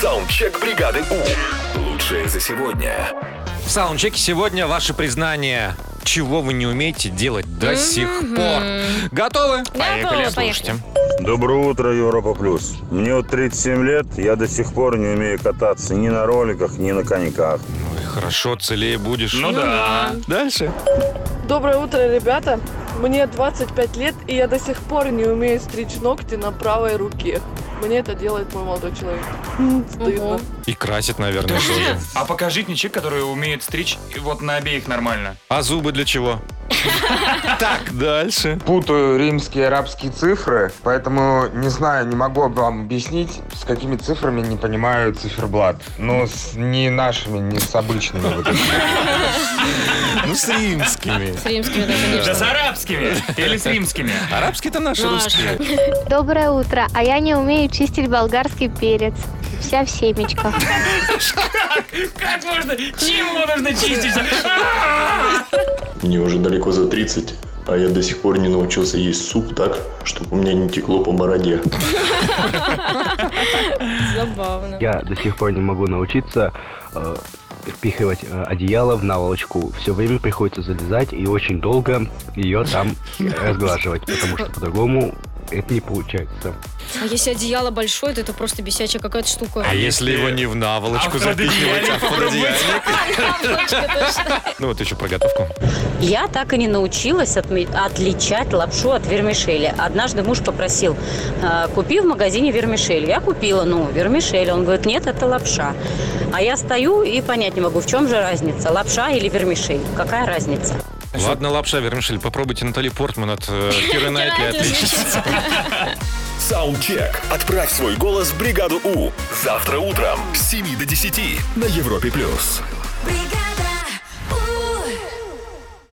Саундчек бригады У. Лучшее за сегодня. В саундчеке сегодня ваше признание, чего вы не умеете делать до сих пор. Готовы? Поехали. Слушайте. Доброе утро, Европа Плюс. Мне вот 37 лет, я до сих пор не умею кататься ни на роликах, ни на коньках. Ой, хорошо, целее будешь. Ну да. Дальше. Доброе утро, ребята. Мне 25 лет, и я до сих пор не умею стричь ногти на правой руке. Мне это делает мой молодой человек. Стыдно. И красит, наверное, тоже. А покажите мне человек, который умеет стричь вот на обеих нормально. А зубы для чего? Так, дальше. Путаю римские и арабские цифры, поэтому не знаю, не могу вам объяснить, с какими цифрами не понимаю циферблат. Ну, не нашими, не с обычными. Вот этими. Ну, с римскими. С римскими, да, Да конечно. с арабскими или с римскими? Арабские-то наши русские. Доброе утро, а я не умею чистить болгарский перец. Вся в семечках. Как можно? Чем его нужно чистить? Мне уже далеко за 30, а я до сих пор не научился есть суп так, чтобы у меня не текло по бороде. Забавно. Я до сих пор не могу научиться впихивать одеяло в наволочку. Все время приходится залезать и очень долго ее там разглаживать, потому что по-другому это не получается. А если одеяло большое, то это просто бесячая какая-то штука. А если его не в наволочку А в запихивать, а в пододеяльник пододеяльник? Ну, вот еще про готовку. Я так и не научилась отличать лапшу от вермишели. Однажды муж попросил, купи в магазине вермишель. Я купила, вермишель. Он говорит, нет, это лапша. А я стою и понять не могу, в чем же разница, лапша или вермишель? Какая разница? Ладно, лапша, вермишель. Попробуйте Натали Портман от Киры Найтли отличить. Саундчек. Отправь свой голос в бригаду У. Завтра утром с 7 до 10 на Европе+.